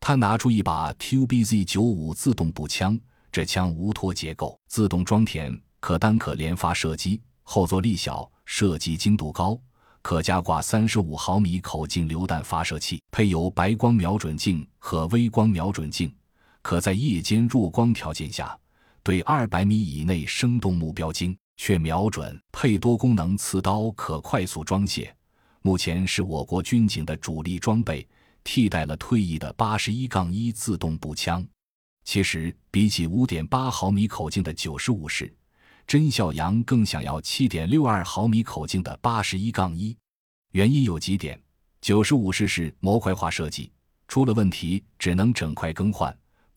他拿出一把 TUBZ-95 自动步枪，这枪无托结构，自动装填，可单可连发射击，后坐力小，射击精度高，可加挂35毫米口径榴弹发射器，配有白光瞄准镜和微光瞄准镜，可在夜间弱光条件下对200米以内生动目标精确瞄准，配多功能刺刀可快速装卸，目前是我国军警的主力装备，替代了退役的 81-1 自动步枪。其实比起 5.8 毫米口径的95式，甄孝阳更想要 7.62 毫米口径的 81-1。 原因有几点：95式是模块化设计，出了问题只能整块更换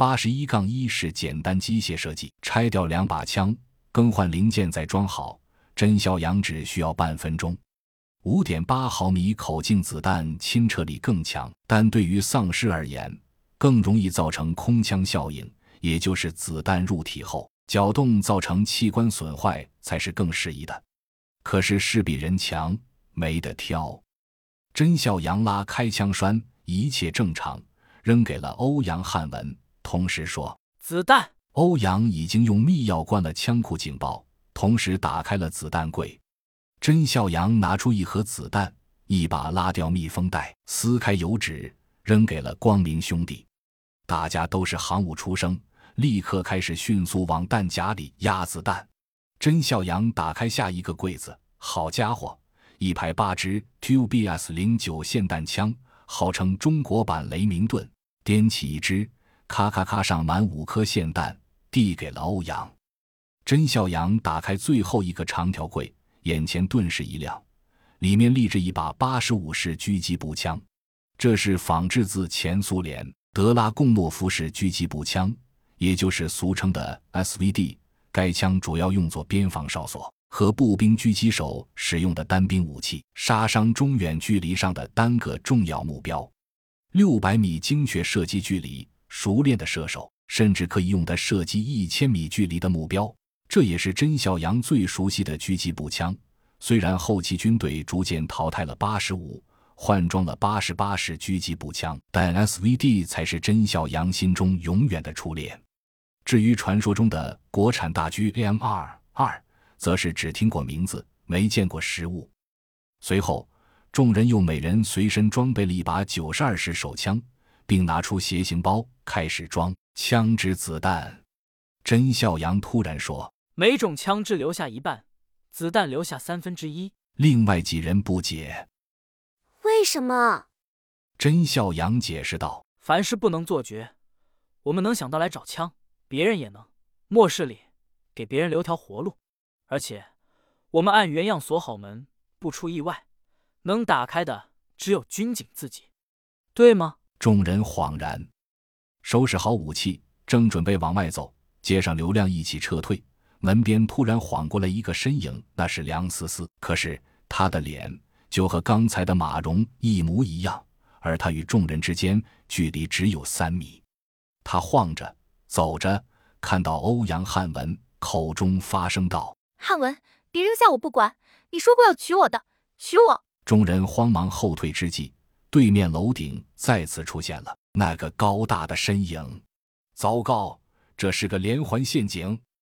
；81-1是简单机械设计，拆掉2把枪，更换零件再装好，甄孝阳只需要半分钟。5.8 毫米口径子弹亲测力更强，但对于丧尸而言更容易造成空腔效应，也就是子弹入体后搅动造成器官损坏才是更适宜的。可是事比人强，没得挑。甄孝阳拉开枪栓，一切正常，扔给了欧阳汉文，同时说子弹。 欧阳已经用密钥关了枪库警报，同时打开了子弹柜。甄孝阳拿出一盒子弹，一把拉掉密封袋，撕开油纸，扔给了光明兄弟。大家都是航母出身，立刻开始迅速往弹夹里压子弹。甄孝阳打开下一个柜子，好家伙，一排8支 TUBS-09 霰弹枪，号称中国版雷明顿，掂起一支，咔咔咔上满5颗霰弹，递给了欧阳。甄孝阳打开最后一个长条柜，眼前顿时一亮，里面立着一把85式狙击步枪，这是仿制自前苏联德拉贡诺夫式狙击步枪，也就是俗称的 SVD。 该枪主要用作边防哨所和步兵狙击手使用的单兵武器，杀伤中远距离上的单个重要目标。600米精确射击距离，熟练的射手甚至可以用的射击1000米距离的目标。这也是甄孝阳最熟悉的狙击步枪。虽然后期军队逐渐淘汰了85，换装了88式狙击步枪，但 SVD 才是甄孝阳心中永远的初恋。至于传说中的国产大狙 AMR-2， 则是只听过名字，没见过实物。随后众人又每人随身装备了一把92式手枪，并拿出携行包开始装枪支子弹。甄孝阳突然说， 每种枪支留下一半，子弹留下1/3。 另外几人不解， 为什么？ 甄孝阳解释道， 凡事不能做绝，我们能想到来找枪，别人也能，末世里给别人留条活路。而且我们按原样锁好门，不出意外，能打开的只有军警自己，对吗？ 众人恍然，收拾好武器，正准备往外走，接上刘亮一起撤退，门边突然晃过来一个身影，那是梁思思。可是他的脸就和刚才的马蓉一模一样，而他与众人之间距离只有3米。他晃着走着，看到欧阳汉文，口中发声道， 汉文，别扔下我不管，你说过要娶我的，娶我。 众人慌忙后退之际，对面楼顶再次出现了那个高大的身影。糟糕，这是个连环陷阱。